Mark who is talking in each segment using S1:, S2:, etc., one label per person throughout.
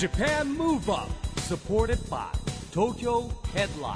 S1: Japan Move Up supported by Tokyo Headline。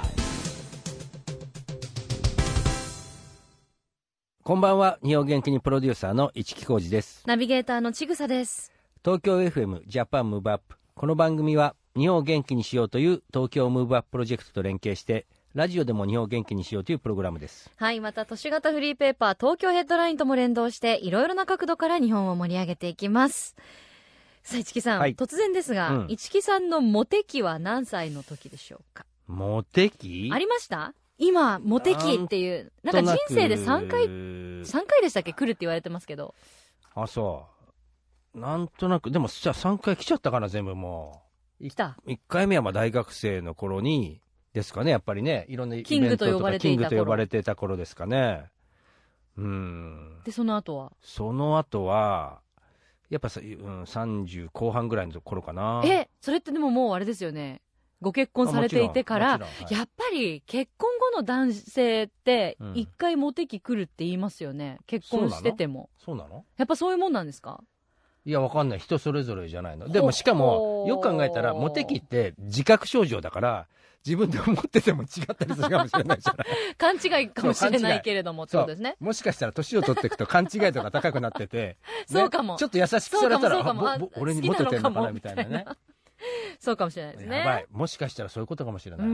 S2: こんばんは。日本元気にプロデューサーの市木浩司です。
S3: ナビゲーターのちぐさです。
S2: 東京 FM ジャパンムーブアップ。この番組は日本を元気にしようという東京ムーブアッププロジェクトと連携してラジオでも日本を元気にしようというプログラムです。
S3: はい、また都市型フリーペーパー東京ヘッドラインとも連動していろいろな角度から日本を盛り上げていきます。さあ市木さん、
S2: はい、
S3: 突然ですが、市木さんのモテ期は何歳の時でしょうか？
S2: モテ期
S3: ありました？今モテ期っていうなんか人生で3回でしたっけ来るって言われてますけど。
S2: あ、そうなんとなく。でもじゃあ3回来ちゃったかな。全部もう
S3: 来た。
S2: 1回目はまあ大学生の頃にですかね。やっぱりね、いろんなイベントとか
S3: キングと呼ばれていた頃、
S2: キングと呼ばれていた頃ですかね。
S3: でその後
S2: はやっぱ30後半ぐらいの頃かな。
S3: それってでももうあれですよね。ご結婚されていてから、はい、やっぱり結婚後の男性って一回モテ期来るって言いますよね。結婚してても。
S2: そうなの？
S3: やっぱそういうもんなんですか？
S2: いや、わかんない。人それぞれじゃないの。でもしかもよく考えたらモテ期って自覚症状だから自分で思ってても違ったりするかもしれないじゃない。
S3: 勘違いかもしれないけれどもってことですね。
S2: もしかしたら年を取っていくと勘違いとか高くなってて、
S3: そうかも、
S2: ね、ちょっと優しくされたら俺にモテてんのかなみたいなね。
S3: そうかもしれないですね。
S2: やばい。もしかしたらそういうことかもしれない。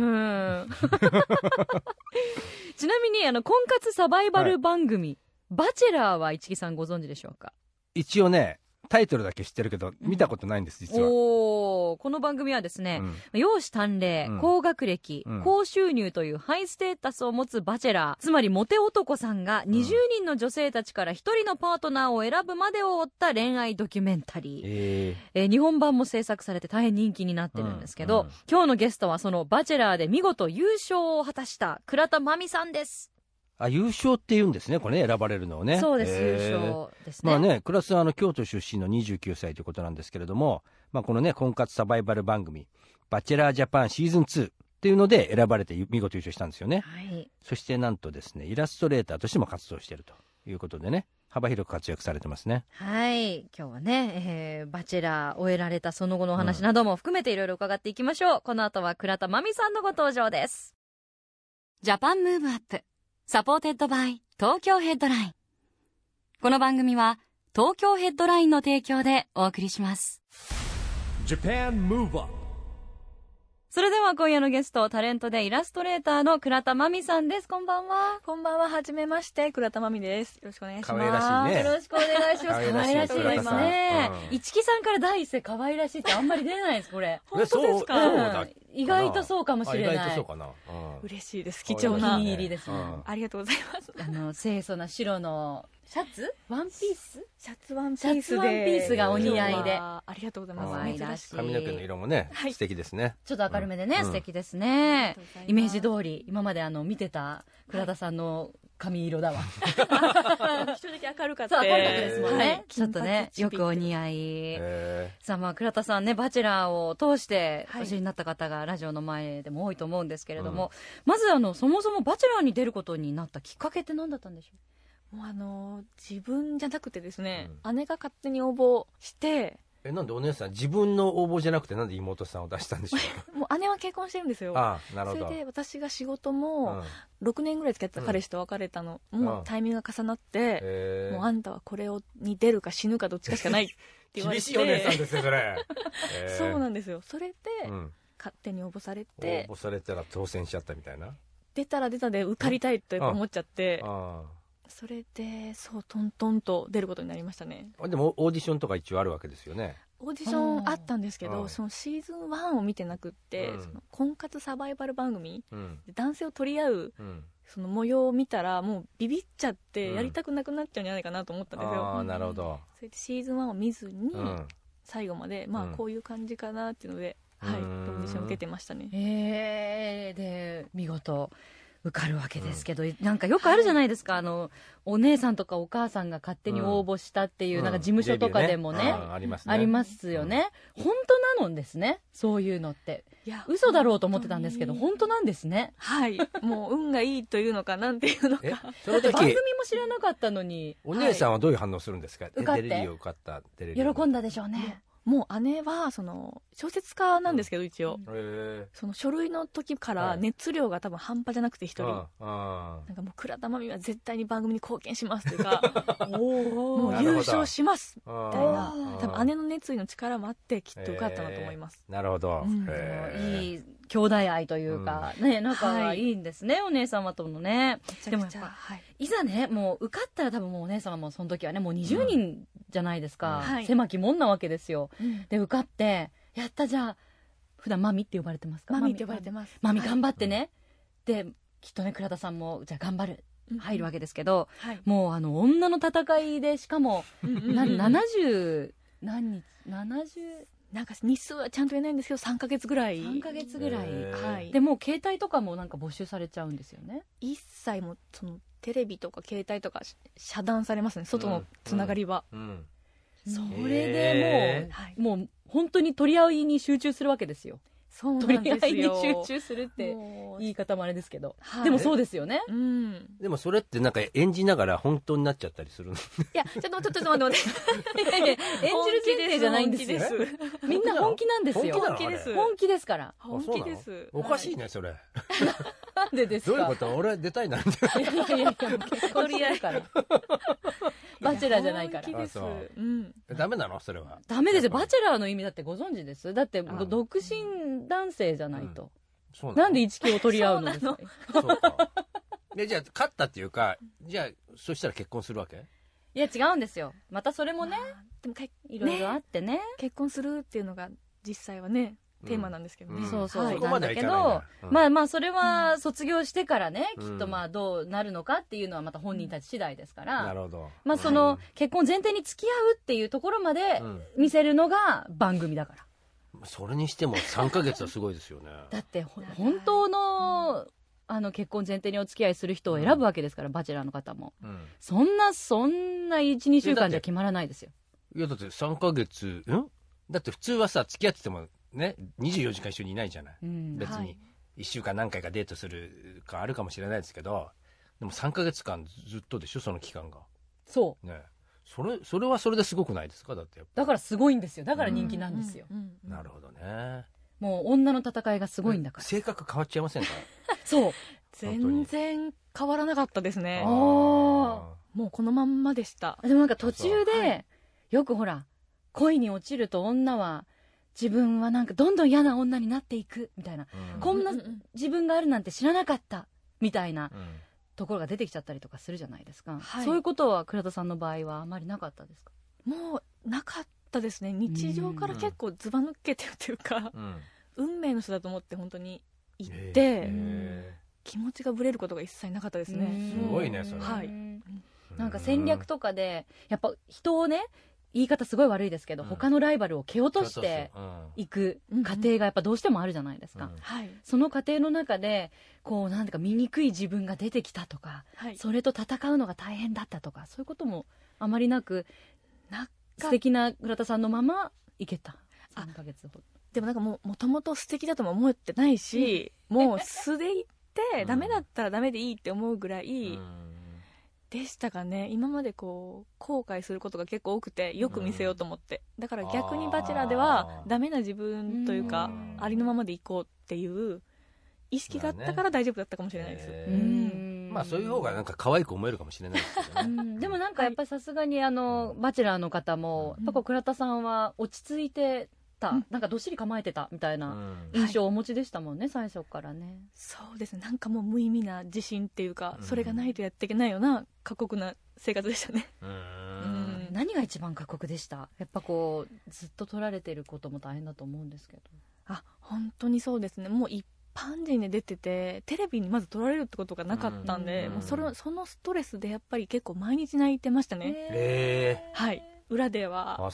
S3: ちなみに婚活サバイバル番組、バチェラーは市木さんご存知でしょうか？
S2: 一応ね、タイトルだけ知ってるけど見たことないんです実は。
S3: この番組はですね、容姿端麗、高学歴、高収入というハイステータスを持つバチェラー、つまりモテ男さんが20人の女性たちから1人のパートナーを選ぶまでを追った恋愛ドキュメンタリー、日本版も制作されて大変人気になってるんですけど、今日のゲストはそのバチェラーで見事優勝を果たした倉田真美さんです。
S2: あ、優勝って言うんですね、これね、選ばれるのをね。
S3: そうです、優勝ですね。
S2: まあね、倉田さんは京都出身の29歳ということなんですけれども、まあ、このね、婚活サバイバル番組バチェラージャパンシーズン2っていうので選ばれて見事優勝したんですよね。
S3: はい、そ
S2: してなんとですね、イラストレーターとしても活動しているということでね、幅広く活躍されてますね。
S3: はい、今日はね、バチェラー終えられたその後のお話なども含めていろいろ伺っていきましょう。この後は倉田真美さんのご登場です。ジャパンムーブアップサポーテッドバイ東京ヘッドライン。この番組は東京ヘッドラインの提供でお送りします。
S1: Japan Move Up。
S3: それでは今夜のゲスト、タレントでイラストレーターの倉田真美さんです。こんばんは。
S4: こんばんは。はじめまして、倉田真美です。よろしくお願いします。
S2: 可愛らしいね。
S3: よろしくお願いします。可愛らしいですね。市木さんから第一声可愛らしいってあんまり出ないですこれ。
S4: 本当ですか？
S3: 意外とそうかもしれない。
S2: 意外とそうかな。
S4: 嬉しいです。貴重な
S3: お気に入りですね。
S4: ありがとうございます。
S3: 清楚な白のシャツワンピース
S4: シャツワンピース
S3: がお似合いで、
S4: ありがとうございます。
S3: 珍しい。
S2: 髪の毛の色もね、素敵ですね。
S3: ちょっと明るめでね、素敵ですね。イメージ通り今まで見てた倉田さんの髪色だわ。
S4: 一人だけ明るかった。
S3: そう、明るかったですもんね。ちょっとね、よくお似合い。さあ、まあ倉田さんね、バチェラーを通してお知りになった方がラジオの前でも多いと思うんですけれども、まずそもそもバチェラーに出ることになったきっかけって何だったんでしょう？
S4: もう自分じゃなくてですね、姉が勝手に応募して。
S2: なんでお姉さん自分の応募じゃなくてなんで妹さんを出したんでしょうか？
S4: もう姉は結婚してるんですよ。
S2: なるほど。
S4: それで私が仕事も6年ぐらい付き合ってた彼氏と別れたのもうタイミングが重なって、もうあんたはこれに出るか死ぬかどっちかしかないって言われて。
S2: 厳しいお姉さんですよそれ。
S4: そうなんですよ。それで勝手に応募されて、
S2: 応募されたら当選しちゃったみたいな。
S4: 出たら出たで受かりたいと思っちゃって、それでトントンと出ることになりましたね。
S2: でもオーディションとか一応あるわけですよね。
S4: オーディションあったんですけど、そのシーズン1を見てなくって、その婚活サバイバル番組、男性を取り合う、その模様を見たらもうビビっちゃってやりたくなくなっちゃうんじゃないかなと思ったんですよ。
S2: なるほど。
S4: それでシーズン1を見ずに、最後までこういう感じかなっていうので、オーディション受けてましたね。
S3: で見事受かるわけですけど、なんかよくあるじゃないですか、お姉さんとかお母さんが勝手に応募したっていう、なんか事務所とかでもね、ありますよね。本当なのですね、そういうのって。いや嘘だろうと思ってたんですけど本当なんですね。
S4: はい、もう運がいいというのかなんていうのか。
S2: その時
S3: 番組も知らなかったのに。
S2: お姉さんはどういう反応するんですか？
S3: 受かって
S2: 出れるよ、受かった、出れる
S3: よ。喜んだでしょうね。
S4: もう姉はその小説家なんですけど、一応、
S2: へ
S4: その書類の時から熱量が多分半端じゃなくて、一人、なんかもう倉田真美は絶対に番組に貢献しますというかもう優勝しますみたいな、多分姉の熱意の力もあってきっと受かったなと思います。
S2: なるほど、
S3: いい兄弟愛というか、ね、仲がいいんですね、お姉様とのね。でもやっぱ、いざね、もう受かったら多分もうお姉様もその時はね、もう20人じゃないですか、狭き門なわけですよ。で受かってやった、じゃあ普段マミって呼ばれてますか？
S4: マミって呼ばれてます。
S3: マミ頑張ってね、できっとね倉田さんもじゃあ頑張る入るわけですけど、もう女の戦いで、しかも70何日70
S4: なんか日数はちゃんと言えないんですけど3ヶ月ぐらい
S3: でもう携帯とかもなんか没収されちゃうんですよね。
S4: 一切もそのテレビとか携帯とか遮断されますね、外のつながりは。
S3: それでもう本当に取り合いに集中するわけですよ。
S4: そうなんですよ。
S3: 取り合いに集中するって言い方もあれですけど、でもそうですよね。
S2: でもそれってなんか演じながら本当になっちゃったりするの？い
S4: や、ちょっと待って演じる
S3: 前提じゃないんですよ。みんな本気なんですよ。
S4: 本気です。
S3: 本気ですから。
S4: 本気です。
S2: おかしいねそれ。
S3: なんでですか？
S2: どういうこと？俺出たいなんて。
S3: いや結婚してるから。バチェラーじゃないから。
S2: ダメなのそれは？
S3: ダメですよ。バチェラーの意味だってご存知です？だって独身男性じゃないと。なんで一期を取り合うのですか？
S2: そうか。でじゃあ勝ったっていうか、じゃあそしたら結婚するわけ？
S3: いや違うんですよ。またそれもね、
S4: でも
S3: いろいろあってね、
S4: 結婚するっていうのが実際はねテーマなんですけどね。
S3: そうそうなんだけど、まあそれは卒業してからね、きっとまあどうなるのかっていうのはまた本人たち次第ですから。
S2: なるほど。
S3: まあその結婚前提に付き合うっていうところまで見せるのが番組だから。
S2: それにしても3ヶ月はすごいですよね。
S3: だって本当の結婚前提にお付き合いする人を選ぶわけですから、バチェラーの方も、そんな 1,2 週間じゃ決まらないですよ。
S2: いやだって3ヶ月だって普通はさ付き合っててもね24時間一緒にいないじゃない、別に1週間何回かデートするかあるかもしれないですけど、でも3ヶ月間ずっとでしょ、その期間が。
S3: そう
S2: ね、それはそれですごくないですか？だって
S3: だからすごいんですよ。だから人気なんですよ。
S2: なるほどね。
S3: もう女の戦いがすごいんだから。
S2: 性格変わっちゃいませんか？
S3: そう
S4: 全然変わらなかったですね。もうこのまんまでした。
S3: でもなんか途中でよくほら恋に落ちると女は自分はなんかどんどん嫌な女になっていくみたいな、こんな自分があるなんて知らなかったみたいなところが出てきちゃったりとかするじゃないですか、そういうことは倉田さんの場合はあまりなかったですか？
S4: もうなかったですね。日常から結構ずば抜けてるというか、運命の人だと思って本当に行って、気持ちがぶれることが一切なかったですね。
S2: すごいねそれ。
S3: なんか戦略とかでやっぱ人をね、言い方すごい悪いですけど、他のライバルを蹴落としていく過程がやっぱどうしてもあるじゃないですか、その過程の中でこうなんていうか醜い自分が出てきたとか、それと戦うのが大変だったとか、そういうこともあまりなく、素敵な倉田さんのままいけた3ヶ月ほど。
S4: でもなんかもともと素敵だとも思ってないし、もう素でいってダメだったらダメでいいって思うぐらいでしたかね。今までこう後悔することが結構多くて、よく見せようと思って、だから逆にバチェラーではダメな自分というかありのままでいこうっていう意識があったから大丈夫だったかもしれないです、
S2: まあそういう方がなんか可愛く思えるかもしれないですけどね
S3: でもなんかやっぱりさすがにバチェラーの方もやっぱこう倉田さんは落ち着いてなんかどっしり構えてたみたいな印象をお持ちでしたもんね、最初からね。
S4: そうですね、なんかもう無意味な自信っていうか、それがないとやっていけないような過酷な生活でしたね。
S3: 何が一番過酷でした？やっぱこうずっと撮られてることも大変だと思うんですけど。
S4: 本当にそうですね。もう一般人で出ててテレビにまず撮られるってことがなかったんで、もうそのストレスでやっぱり結構毎日泣いてましたね。裏では。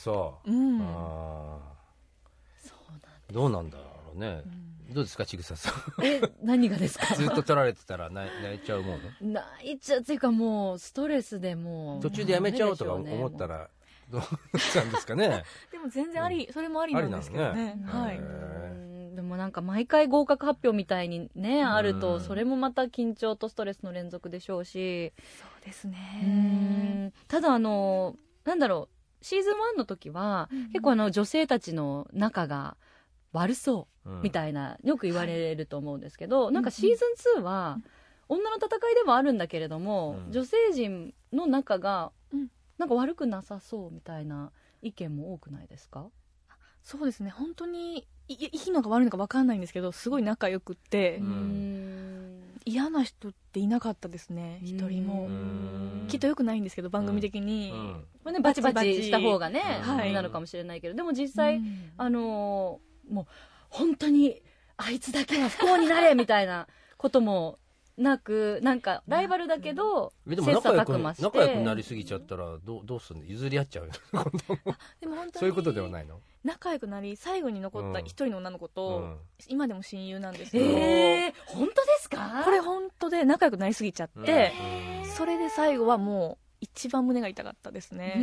S2: どうなんだろうね、どうですかちぐささん
S3: 何がですか？
S2: ずっと撮られてたら泣いちゃうもんね。
S3: 泣いちゃうっていうか、もうストレスでもう
S2: 途中でやめちゃおうとか思ったらどうしたんですかね
S4: でも全然それもありなんですけどね。
S3: でもなんか毎回合格発表みたいにねあると、それもまた緊張とストレスの連続でしょうし。
S4: そうですね。
S3: ただなんだろう、 シーズン1の時は、結構女性たちの仲が悪そうみたいな、よく言われると思うんですけど、なんかシーズン2は、女の戦いでもあるんだけれども、女性陣の仲がなんか悪くなさそうみたいな意見も多くないですか？
S4: そうですね、本当にいいのか悪いのか分かんないんですけど、すごい仲良くって、嫌な人っていなかったですね、一人も。きっと良くないんですけど、番組的に、
S3: まあね、バチバチした方がね、なるかもしれないけど、でも実際、もう本当にあいつだけは不幸になれみたいなこともなく、なんかライバルだけど
S2: でも
S3: 切磋琢磨して
S2: 仲良くなりすぎちゃったらどうするの？譲り合っちゃうよ
S4: でも本当に
S2: そういうことではないの？
S4: 仲良くなり、最後に残った一人の女の子と、今でも親友なんですけど、
S3: 本当ですか？
S4: これ本当で仲良くなりすぎちゃって、それで最後はもう一番胸が痛かったですね。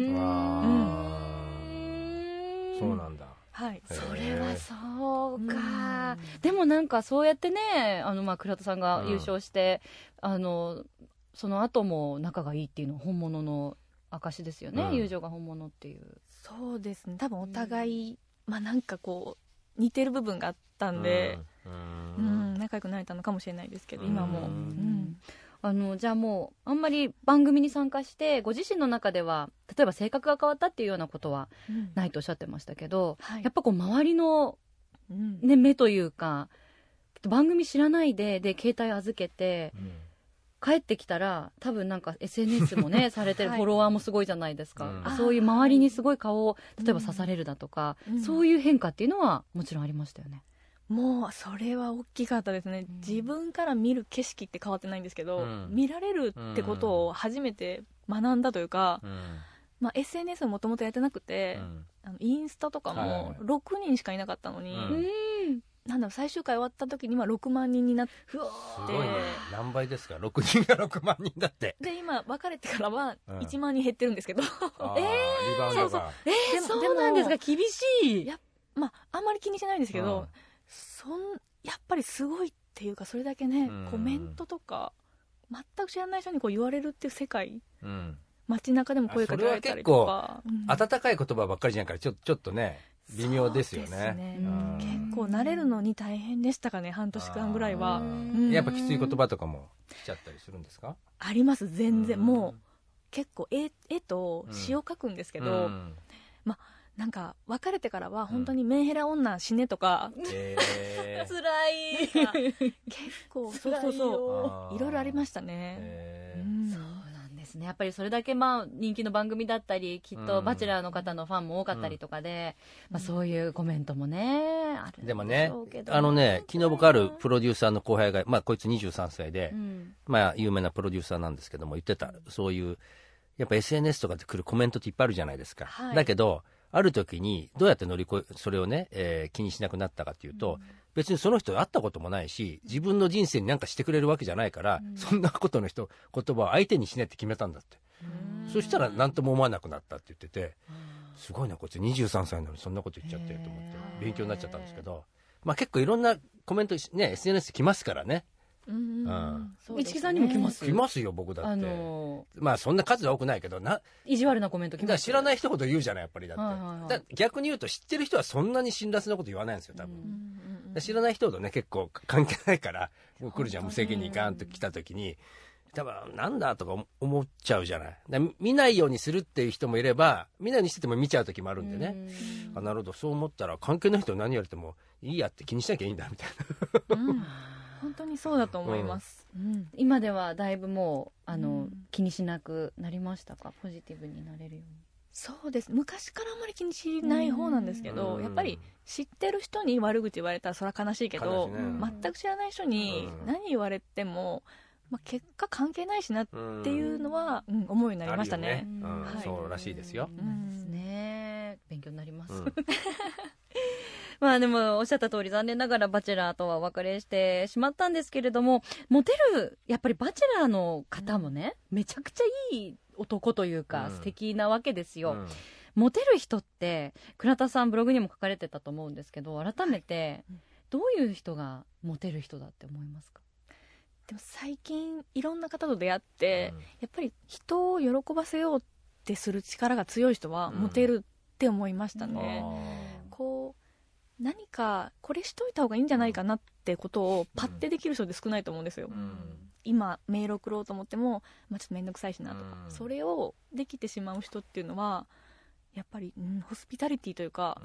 S2: そうなんだ。
S4: はい、
S3: それはそうか。でもなんかそうやってね、倉田さんが優勝して、その後も仲がいいっていうのは本物の証ですよね、友情が本物っていう。
S4: そうですね、多分お互い、なんかこう似てる部分があったんで、仲良くなれたのかもしれないですけど、今も。
S3: じゃあもうあんまり番組に参加してご自身の中では例えば性格が変わったっていうようなことはないとおっしゃってましたけど、やっぱこう周りの、目というか、番組知らないで携帯預けて、帰ってきたら多分なんか SNS もねされてるフォロワーもすごいじゃないですか、そういう周りにすごい顔を例えば刺されるだとか、そういう変化っていうのはもちろんありましたよね。
S4: もうそれは大きかったですね、自分から見る景色って変わってないんですけど、見られるってことを初めて学んだというか、SNS はもともとやってなくて、インスタとかも6人しかいなかったのに、なんだろう、最終回終わった時に今6万人になって、す
S2: ごいね、何倍ですか、6人が6万人だって。
S4: で今別れてからは1万人減ってるんですけど、
S2: リバウンドが
S3: そうなんですか、厳しい。
S4: あんまり気にしないんですけど、やっぱりすごいっていうか、それだけね、コメントとか全く知らない人にこう言われるっていう世界、街中でも声かけられたりとか、
S2: それは結構温かい言葉ばっかりじゃないから、ちょっとね微妙ですよね。
S4: 結構慣れるのに大変でしたかね、半年間ぐらいは。
S2: やっぱきつい言葉とかも来ちゃったりするんですか？
S4: あります、全然。もう結構絵と詩を描くんですけど、なんか別れてからは本当にメンヘラ女死ねとか、
S3: 辛い
S4: 結構そういろいろありましたね。
S3: そうなんですね。やっぱりそれだけ人気の番組だったり、きっとバチェラーの方のファンも多かったりとかで、そういうコメントもねあるんでしょうけど。
S2: でもね、昨日僕あるプロデューサーの後輩が、こいつ23歳で、有名なプロデューサーなんですけども、言ってた、そういうやっぱ SNS とかで来るコメントっていっぱいあるじゃないですか。だけどある時にどうやって乗り越え、それをね、気にしなくなったかっていうと、別にその人と会ったこともないし、自分の人生に何かしてくれるわけじゃないから、そんなことの言葉を相手にしないって決めたんだって。そしたら何とも思わなくなったって言ってて、すごいなこいつ23歳なのにそんなこと言っちゃってと思って勉強になっちゃったんですけど、結構いろんなコメントね SNS 来ますからね。
S3: 市木さんにも来ます？
S2: 来ますよ、僕だって。そんな数は多くないけど
S3: 意地悪なコメント来ます。
S2: 知らない人ほど言うじゃない、やっぱり。だって逆に言うと知ってる人はそんなに辛辣なこと言わないんですよ、多分。知らない人ほどね結構関係ないから、もう来るじゃん、無責任ガーンと来た時に多分なんだとか思っちゃうじゃない。見ないようにするっていう人もいれば、見ないようにしてても見ちゃう時もあるんでね。なるほど、そう思ったら関係ない人に何言われてもいいやって気にしなきゃいいんだみたいな。
S4: 本当にそうだと思います。
S3: 今ではだいぶもう気にしなくなりましたか？ポジティブになれるように。
S4: そうです、昔からあんまり気にしない方なんですけど、やっぱり知ってる人に悪口言われたらそれは悲しいけど、全く知らない人に何言われても、結果関係ないしなっていうのは、思うようになりましたね。
S2: そうらしいですよ。
S3: 勉強になります。でもおっしゃった通り、残念ながらバチェラーとはお別れしてしまったんですけれども、モテるやっぱりバチェラーの方もね、めちゃくちゃいい男というか、素敵なわけですよ。モテる人って倉田さんブログにも書かれてたと思うんですけど、改めてどういう人がモテる人だって思いますか？
S4: でも最近いろんな方と出会って、やっぱり人を喜ばせようっってする力が強い人はモテるって思いましたね、こう何かこれしといた方がいいんじゃないかなってことをパッてできる人って少ないと思うんですよ、今メール送ろうと思っても、ちょっと面倒くさいしなとか、それをできてしまう人っていうのはやっぱり、ホスピタリティというか、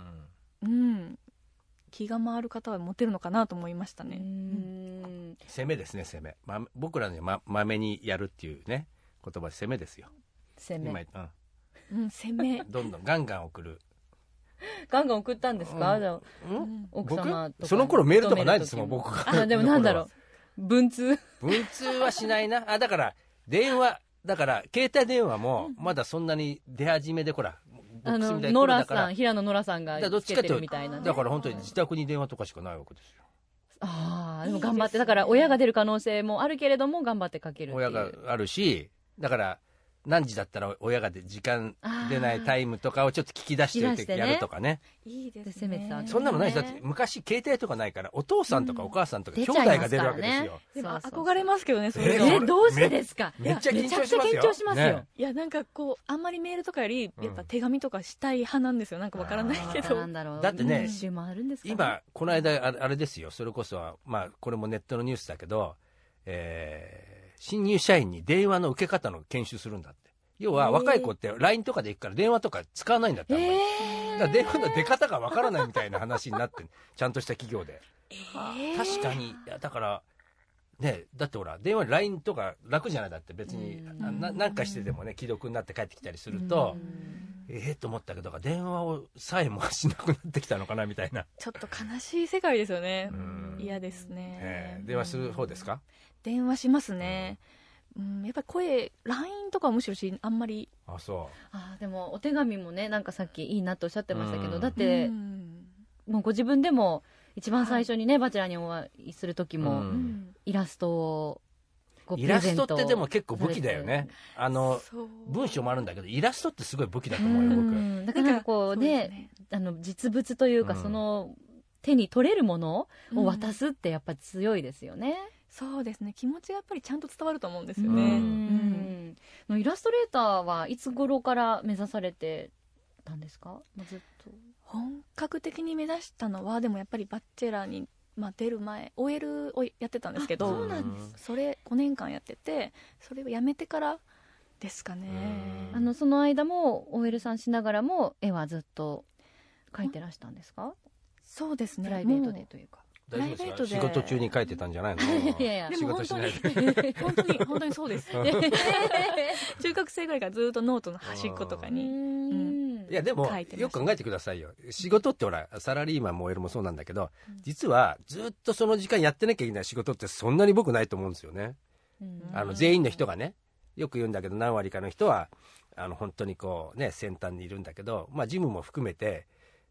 S4: 気が回る方はモテるのかなと思いましたね。
S2: 攻めですね、攻め、僕らにまめにやるっていうね言葉で攻めですよ。
S3: 攻め、
S4: 攻め
S2: どんどんガンガン送る。
S3: ガンガン送ったんですか、じゃあ奥様とか
S2: その頃メールとかないですもん、僕が。
S3: でもなんだろう、文通
S2: はしないな。だから電話だから、携帯電話もまだそんなに出始めで、ほら
S3: 平野ノラさんがつけてるみたいな、
S2: だから本当に自宅に電話とかしかないわけですよ。
S3: でも頑張って、だから親が出る可能性もあるけれども頑張ってかけるっていう。
S2: 親があるし、だから何時だったら親が時間出ないタイムとかをちょっと聞き出しておいてやるとかね。
S4: いいですね。
S2: そんなのないです。だって昔携帯とかないから、お父さんとかお母さんとか兄弟が出るわけですよ。
S4: でも憧れますけどね、それ
S3: どうしてですか。
S2: めっちゃ緊張しますよ。
S4: いや、なんかこうあんまりメールとかよりやっぱ手紙とかしたい派なんですよ。なんかわからないけど。
S2: だってね、今この間あれですよ、それこそはこれもネットのニュースだけど、新入社員に電話の受け方の研修するんだって。要は若い子って LINE とかで行くから電話とか使わないんだって、だから電話の出方がわからないみたいな話になってちゃんとした企業で、確かに。だからね、だってほら電話 LINE とか楽じゃない。だって別に何かしてでもね、既読になって帰ってきたりするとと思ったけど、電話をさえもしなくなってきたのかなみたいな。
S4: ちょっと悲しい世界ですよね。嫌ですね。
S2: 電話する方ですか。
S4: 電話しますね。やっぱり声 LINE とかはむしろあんまり。
S3: でもお手紙もね、なんかさっきいいなとおっしゃってましたけど、だってもうご自分でも一番最初にね、バチェラーにお会いする時もイラストを
S2: イラストってでも結構武器だよね。文章もあるんだけど、イラストってすごい武器だと思うよ、僕。
S3: だからこうね、実物というか、その手に取れるものを渡すってやっぱり強いですよね。
S4: そうですね、気持ちがやっぱりちゃんと伝わると思うんですよね。
S3: イラストレーターはいつ頃から目指されてたんですか。ずっと
S4: 本格的に目指したのは、でもやっぱりバチェラーに出る前 OL をやってたんですけど、
S3: そうなんです。
S4: それ5年間やってて、それをやめてからですかね。
S3: その間も OL さんしながらも絵はずっと描いてらしたんですか。
S4: そうですね、
S3: プライベートでというか。
S2: 大丈夫ですか。仕事中に書いてたんじゃないの。
S3: いやいや、
S4: 仕事しないで。本当にそうです。中学生ぐらいからずっとノートの端っことかに。
S2: いやでもよく考えてくださいよ。仕事ってほらサラリーマンも OL もそうなんだけど、実はずっとその時間やってなきゃいけない仕事ってそんなに僕ないと思うんですよね。全員の人がね、よく言うんだけど何割かの人は本当にこうね、先端にいるんだけど、ジムも含めて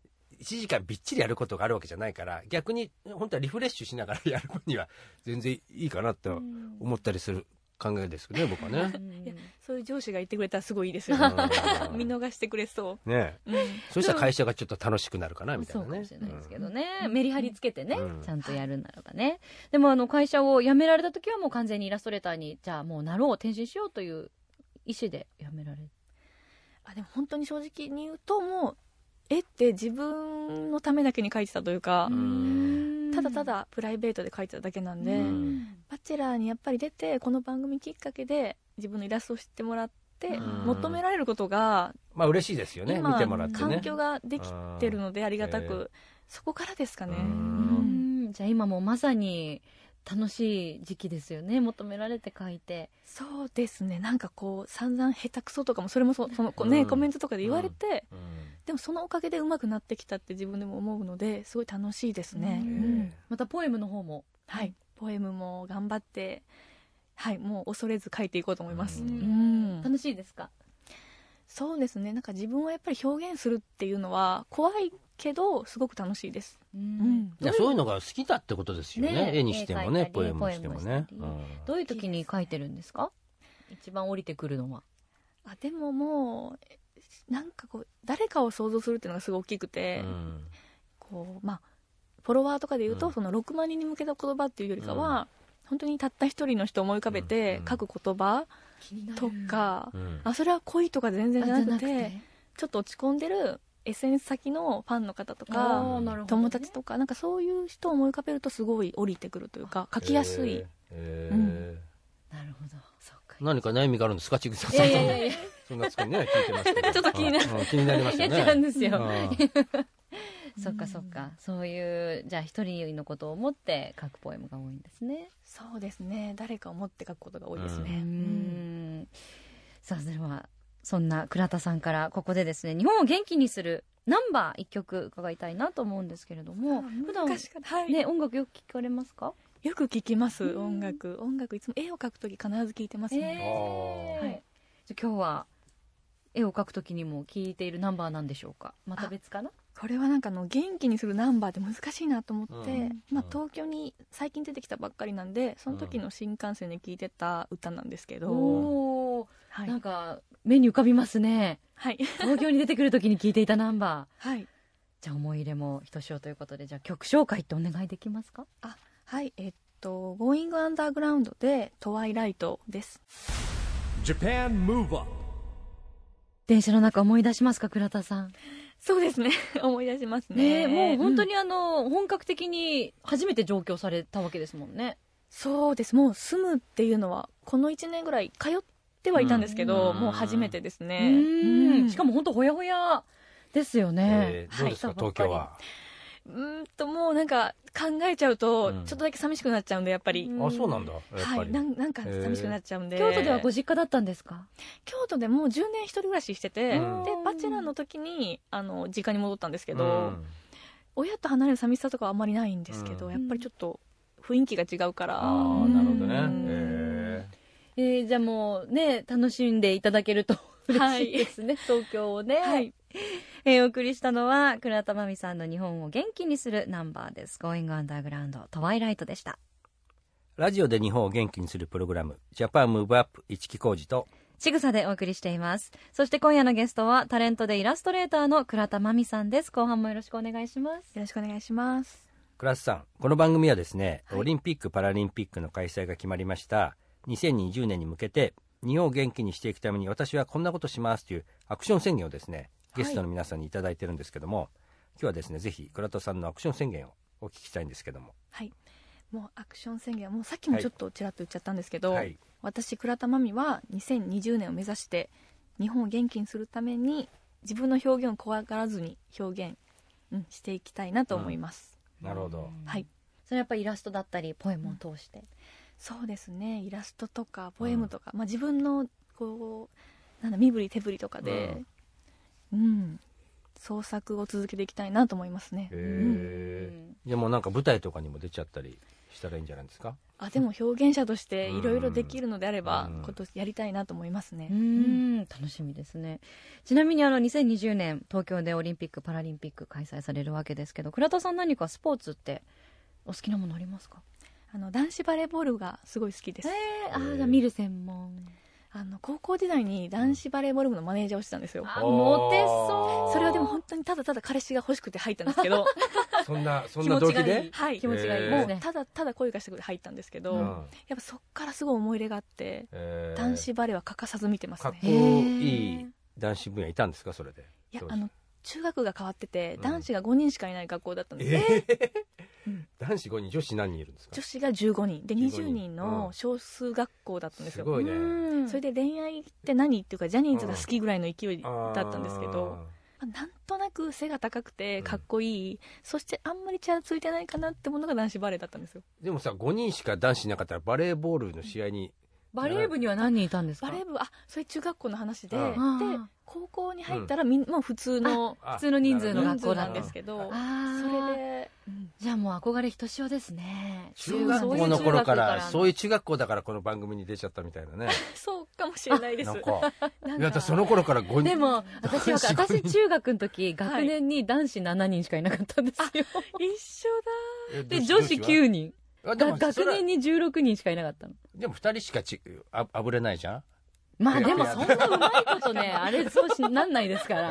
S2: 1時間びっちりやることがあるわけじゃないから、逆に本当はリフレッシュしながらやる分には全然いいかなと思ったりする考えですけどね、僕はね。
S4: いや、そういう上司が言ってくれたらすごいいいですよ。見逃してくれそう
S2: ね。そしたら会社がちょっと楽しくなるかなみたいなね。
S3: そうかもしれないですけどね、メリハリつけてね、ちゃんとやるんだろうかね。でも会社を辞められた時はもう完全にイラストレーターにじゃあもうなろう、転身しようという意思で辞められる。
S4: でも本当に正直に言うと、もう絵って自分のためだけに描いてたというか、ただただプライベートで描いてただけなんで、バチェラーにやっぱり出てこの番組きっかけで自分のイラストを知ってもらって求められることが
S2: 嬉しいですよね。見てもらってね、
S4: 環境ができてるのでありがたく、そこからですかね。
S3: じゃあ今もまさに楽しい時期ですよね、求められて書いて。
S4: そうですね、なんかこう散々下手くそとかもそれもそのね、コメントとかで言われて、でもそのおかげで上手くなってきたって自分でも思うので、すごい楽しいですね。
S3: またポエムの方も、
S4: ポエムも頑張って、もう恐れず書いていこうと思います。
S3: 楽しいですか。
S4: そうですね、なんか自分をやっぱり表現するっていうのは怖いけどすごく楽しいです。
S2: そういうのが好きだってことですよね。絵にしてもね、ポエムにしてもね。
S3: どういう時に書いてるんですか。一番降りてくるのは。
S4: でももうなんかこう誰かを想像するっていうのがすごい大きくて、こうフォロワーとかで言うと、その6万人に向けた言葉っていうよりかは、本当にたった一人の人を思い浮かべて書く言葉とか、
S2: うん
S4: それは恋とか全然じゃなくて、
S3: あじゃなくて
S4: ちょっと落ち込んでる SNS 先のファンの方と
S3: あ
S4: か、
S3: ーなるほどね
S4: 友達とか、なんかそういう人を思い浮かべるとすごい降りてくるというか、書きやすい。
S3: なるほどそうか
S2: 何か悩みがあるんですか、ちぐささん。
S3: いやいやいや
S2: そんなツッコミね、聞いてますけど。
S4: なんかちょっと気になる
S2: 気になりますよね。
S3: いや違うんですよ
S2: うん
S3: そっかそっかそういうじゃあ一人のことを思って書くポエムが多いんですね
S4: そうですね、誰かを思って書くことが多いです
S3: う
S4: ね。
S3: んさあそれはそんな倉田さんからここでですね日本を元気にするナンバー一曲伺いたいなと思うんですけれども普段
S4: 昔から、はい
S3: ね音楽よく聞かれますか
S4: よく聞きます。音楽いつも絵を描くとき必ず聞いてますね。はい
S3: じゃあ今日は絵を描くときにも聴いているナンバーなんでしょうかまた別かな
S4: これはなんか元気にするナンバーって難しいなと思って、
S2: うん
S4: 東京に最近出てきたばっかりなんで、その時の新幹線で聴いてた歌なんですけど、
S3: おー
S4: はい
S3: なんか目に浮かびますね
S4: はい
S3: 東京に出てくるときに聴いていたナンバー
S4: はい
S3: じゃあ思い入れもひとしおということでじゃあ曲紹介ってお願いできますか
S4: はいGoing Underground でトワイライトです。
S1: Japan Move Up
S3: 電車の中思い出しますか倉田さん
S4: そうですね思い出します
S3: ね
S4: ね。
S3: もう本当
S4: に、
S3: に本格的に初めて上京されたわけですもんね
S4: そうです。もう住むっていうのはこの1年ぐらい通ってはいたんですけど、もう初めてですね。
S3: しかも本当ほやほやですよね、
S2: どうですか、東京は。
S4: もうなんか考えちゃうと
S2: うん
S4: ちょっとだけ寂しくなっちゃうんで、やっぱり、
S2: あ、そうなんだ、やっぱり。
S4: なんか寂しくなっちゃうんで、
S3: 京都ではご実家だったんですか
S4: 京都でもう10年一人暮らししてて、
S2: うん
S4: でバチェラーの時に実家に戻ったんですけど、
S2: うん
S4: 親と離れる寂しさとかはあんまりないんですけど、
S2: うん
S4: やっぱりちょっと雰囲気が違うから、
S2: ああ、なるほどね。
S3: じゃあもうね楽しんでいただけると嬉しいですね、東京をね、
S4: はい
S3: お送りしたのは倉田真美さんの日本を元気にするナンバーです Going Underground トワイライトでした。
S2: ラジオで日本を元気にするプログラム、ジャパンムーブアップ、市木浩二と、
S3: ちぐさでお送りしています。そして今夜のゲストはタレントでイラストレーターの倉田真美さんです。後半もよろしくお願いします。
S4: よろしくお願いします。
S2: 倉田さん、この番組はですね、
S4: はい
S2: オリンピック・パラリンピックの開催が決まりました2020年に向けて、日本を元気にしていくために私はこんなことしますというアクション宣言をですね、ゲストの皆さんにいただいてるんですけども、今日はですね、ぜひ倉田さんのアクション宣言をお聞きしたいんですけども。
S4: はいもうアクション宣言はもうさっきもちょっとちらっと言っちゃったんですけど、
S2: はい、
S4: 私倉田真美は2020年を目指して日本を元気にするために自分の表現を怖がらずに表現、していきたいなと思います、
S2: なるほど。
S4: はい
S3: それやっぱりイラストだったりポエムを通して、
S4: そうですね、イラストとかポエムとか、自分のこう身振り手振りとかで、創作を続けていきたいなと思いますね。
S2: でもなんか舞台とかにも出ちゃったりしたらいいんじゃないですか。
S4: でも表現者としていろいろできるのであれば、今年やりたいなと思いますね。
S3: 楽しみですね。ちなみに2020年東京でオリンピック・パラリンピック開催されるわけですけど、倉田さん何かスポーツってお好きなものありますか？
S4: 男子バレーボールがすごい好きです。
S3: じゃあ見る専門。
S4: 高校時代に男子バレーボール部のマネージャーをしてたんですよ。
S3: モテそう。
S4: それはでも本当にただただ彼氏が欲しくて入ったんですけど
S2: そんな動機で、
S4: はい、
S3: 気持ちがいいですね。
S4: もうただ声がしたくて入ったんですけど、やっぱそっからすごい思い入れがあって、男子バレーは欠かさず見てますね。
S2: かっこいい男子分野いたんですか、それで。
S4: いや、中学が変わってて、男子が5人しかいない学校だったんです
S2: 男子5人、女子何人いるんですか？
S4: 女子が15人で20人の少数学校だったんですよ。
S2: すごいね。
S4: それで恋愛って何っていうか、ジャニーズが好きぐらいの勢いだったんですけど、なんとなく背が高くてかっこいい、そしてあんまり力ついてないかなってものが男子バレーだったんですよ。
S2: でもさ、5人しか男子いなかったらバレーボールの試合に、
S3: バレー部には何人いたんですか？
S4: バレー部それ中学校の話で、で高校に入ったらもう普通の
S3: 人数の学校
S4: なんですけど、
S3: そ
S4: れで、
S3: じゃあもう憧れひとしおですね。
S2: 中学校の頃からそういう中学校だからこの番組に出ちゃったみたいなね。
S4: そうかもしれないです。
S2: なんかいや、その頃から5人。
S3: でも私中学の時学年に男子7人しかいなかったんですよ。
S4: 一緒だ。
S3: で女子9人。学年に16人しかいなかったの。
S2: でも2人しかあぶれないじゃん。
S3: でもそんなうまいことね、あれそうなんないですから。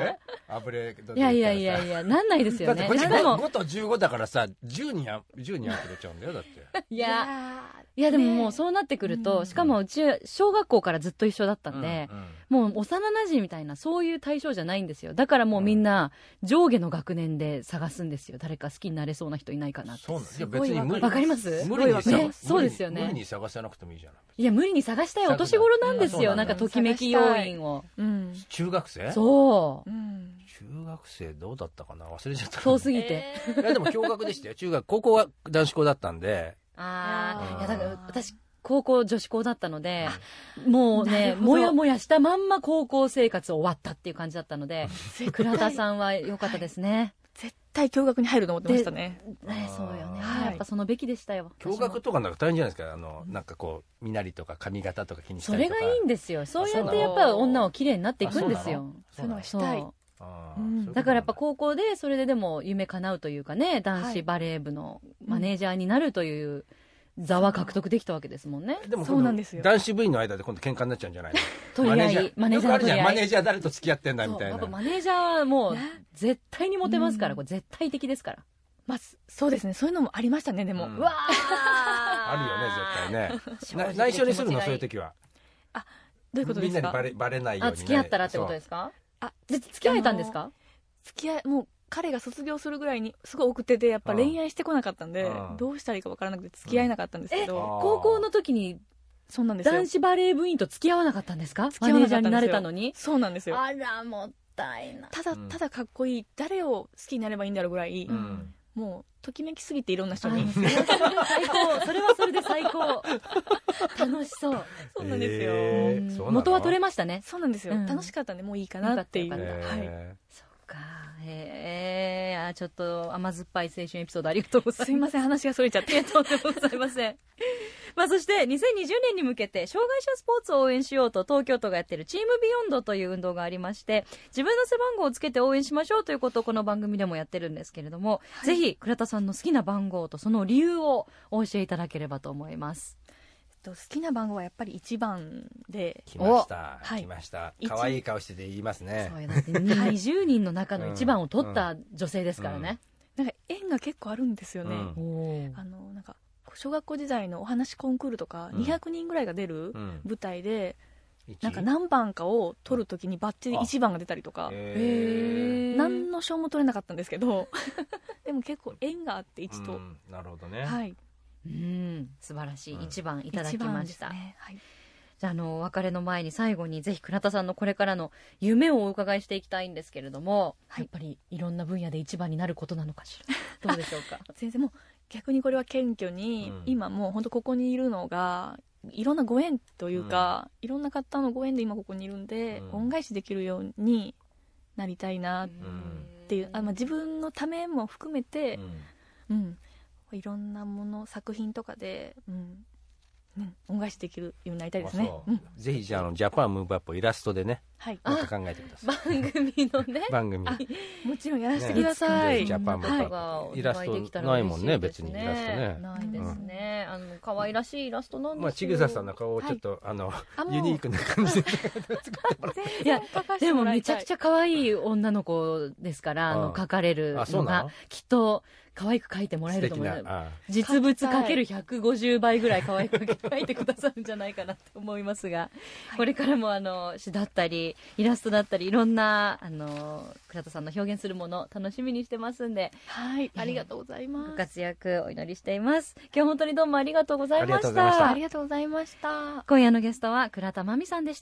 S2: あぶれ
S3: いやいやいやいや、なんないですよね。
S2: だってこっち
S3: しかも
S2: 5と15だからさ、10人あふれちゃうんだよ、だって。
S3: いやでももうそうなってくると、しかもうち小学校からずっと一緒だったんで、もう幼馴染みたいなそういう対象じゃないんですよ。だからもうみんな上下の学年で探すんですよ。誰か好きになれそうな人いないかなって。
S2: そうなんですよ。別に無理。
S3: わかります？
S2: 無理に
S3: ね、そうですよね。
S2: 無理に探さなくてもいいじゃない。
S3: いや無理に探したいお年頃なんですよ。なんかときめき要因を。
S2: 中学生？
S3: そう。
S2: 中学生どうだったかな、忘れちゃった。
S3: そうすぎて。
S2: いやでも共学でしたよ。中学、高校は男子校だったんで。
S3: いやだから私高校女子校だったので、もうねもやもやしたまんま高校生活終わったっていう感じだったので、倉田さんは良かったですね。
S4: 絶対共学に入ると思ってましたね。
S3: そうよね。やっぱそのべきでしたよ。
S2: 共学とかなんか大変じゃないですか。なんかこう身なりとか髪型とか気にしたりとか。
S3: それがいいんですよ。そうやってやっぱ女を綺麗になっていくんですよ。
S4: そういうのがしたい。
S3: だからやっぱ高校でそれででも夢叶うというかね、男子バレー部のマネージャーになるという座は獲得できたわけですもんね。
S2: でもそうなんですよ。男子部員の間で今度喧嘩になっちゃうんじゃないの？
S3: 取り合い、マネージャーの取り合い。
S2: マネージャー誰と付き合ってんだみたいな。
S3: やっぱマネージャーはもう絶対にモテますから、これ絶対的ですから。
S4: まあそうですね、そういうのもありましたね。でも
S3: うわ
S2: あるよね絶対ね。内緒にするのそういう時は。
S4: どういうことですか？
S2: みんなにバレないようにね。
S3: 付き合ったらってことですか？付き合えたんですか？
S4: もう彼が卒業するぐらいにすごい奥手でやっぱ恋愛してこなかったんで、どうしたらいいか分からなくて付き合えなかったんですけど、
S3: 高校の時に
S4: そうなんですよ。
S3: 男子バレー部員と付き合わなかったんですか？マネージャーになれたのに。
S4: そうなんですよ。
S3: あらもったいな。
S4: ただかっこいい、誰を好きになればいいんだろうぐらい、もうときめきすぎていろんな人に。
S3: 最高。それはそれで最高。楽しそう。
S4: そうなんです
S3: よ。元は取れましたね。
S4: そうなんですよ。楽しかったんでもういいかなっていう。はい。
S3: そうか。ちょっと甘酸っぱい青春エピソードありがとうございます。
S4: すいません、話がそれちゃって。
S3: とんでもございません。そして2020年に向けて障害者スポーツを応援しようと東京都がやっているチームビヨンドという運動がありまして、自分の背番号をつけて応援しましょうということをこの番組でもやってるんですけれども、ぜひ倉田さんの好きな番号とその理由をお教えいただければと思います。
S4: 好きな番号はやっぱり1番で。
S2: 来ました。可愛い顔してて言いますね。
S3: そうだって20人の中の1番を取った女性ですからね。
S4: なんか縁が結構あるんですよね。なんか小学校時代のお話コンクールとか200人ぐらいが出る舞台で、なんか何番かを取るときにバッチリ1番が出たりとか、何の賞も取れなかったんですけどでも結構縁があって1と。
S2: なるほどね。
S4: はい。
S3: 素晴らしい1番いただきました。
S4: はい。
S3: じゃあお別れの前に最後にぜひ倉田さんのこれからの夢をお伺いしていきたいんですけれども、やっぱりいろんな分野で1番になることなのかしら。どうでしょうか？
S4: 先生も逆にこれは謙虚に、今もう本当ここにいるのがいろんなご縁というか、いろんな方のご縁で今ここにいるんで、恩返しできるようになりたいなっていう、自分のためも含めて、いろんなもの作品とかで、恩返しできるようになりたいですね。
S2: ぜひじゃあジャパンムーブアップをイラストでね、また考えてください。
S3: 番組のね。
S2: 番組。
S4: もちろんやらせてください。
S2: ジャパンムーブアップ。イラストないもんね、別にイラストね。
S3: ないですね。可愛らしいイラストなんですよ。
S2: ちぐささんの顔をちょっとユニークな感じで作ってもらって。
S3: いやでもめちゃくちゃ可愛い女の子ですから描かれるのがきっと可愛く描いてもらえると思います。実物かける150倍ぐらい可愛く描いてくださるんじゃないかなと思いますが、これからも詩だったりイラストだったりいろんな倉田さんの表現するもの楽しみにしてますんで、
S4: はい、ありがとうございます。
S3: ご活躍お祈りしています。今日本当にどうもありがとうございました。
S4: ありがとうございました。
S3: 今夜のゲストは倉田真美さんでした。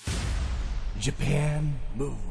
S1: Japan Move Up。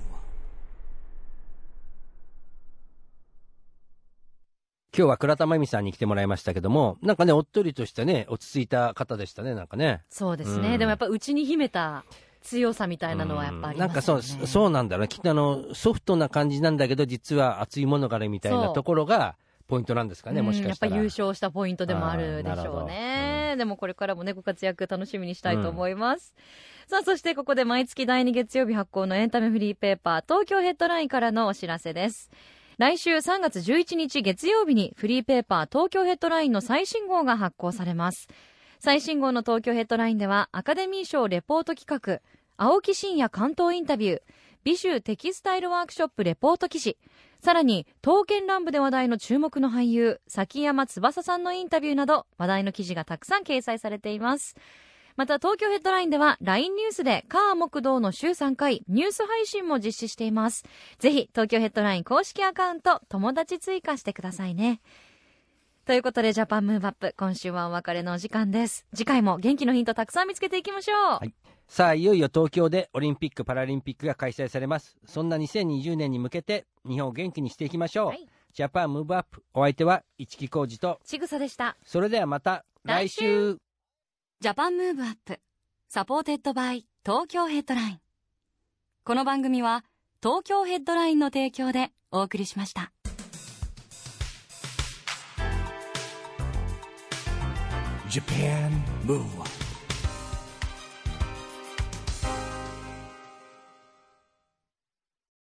S2: 今日は倉田真美さんに来てもらいましたけども、なんかねおっとりとしたね落ち着いた方でしたね。なんかね。
S3: そうですね。でもやっぱ内に秘めた強さみたいなのはやっぱありますよね。
S2: なんかそうなんだろうね。きっとソフトな感じなんだけど実は熱いものがあるみたいなところがポイントなんですかね。もしかしたら
S3: やっぱ優勝したポイントでもあるでしょうね。でもこれからもねご活躍楽しみにしたいと思います。さあそしてここで毎月第2月曜日発行のエンタメフリーペーパー東京ヘッドラインからのお知らせです。来週3月11日月曜日にフリーペーパー東京ヘッドラインの最新号が発行されます。最新号の東京ヘッドラインではアカデミー賞レポート企画、青木真也関東インタビュー、 美酒テキスタイルワークショップレポート記事、さらに刀剣乱舞で話題の注目の俳優崎山翼さんのインタビューなど話題の記事がたくさん掲載されています。また東京ヘッドラインでは LINE ニュースで火木土の週3回ニュース配信も実施しています。ぜひ東京ヘッドライン公式アカウント友達追加してくださいね。ということでジャパンムーブアップ、今週はお別れのお時間です。次回も元気のヒントたくさん見つけていきましょう。
S2: はい、さあいよいよ東京でオリンピック・パラリンピックが開催されます。そんな2020年に向けて日本を元気にしていきましょう、はい、ジャパンムーブアップ、お相手は市木浩二と
S3: ちぐさでした。
S2: それではまた来週。
S3: ジャパンムーブアップサポーテッドバイ東京ヘッドライン。この番組は東京ヘッドラインの提供でお送りしました。
S1: Japan Move Up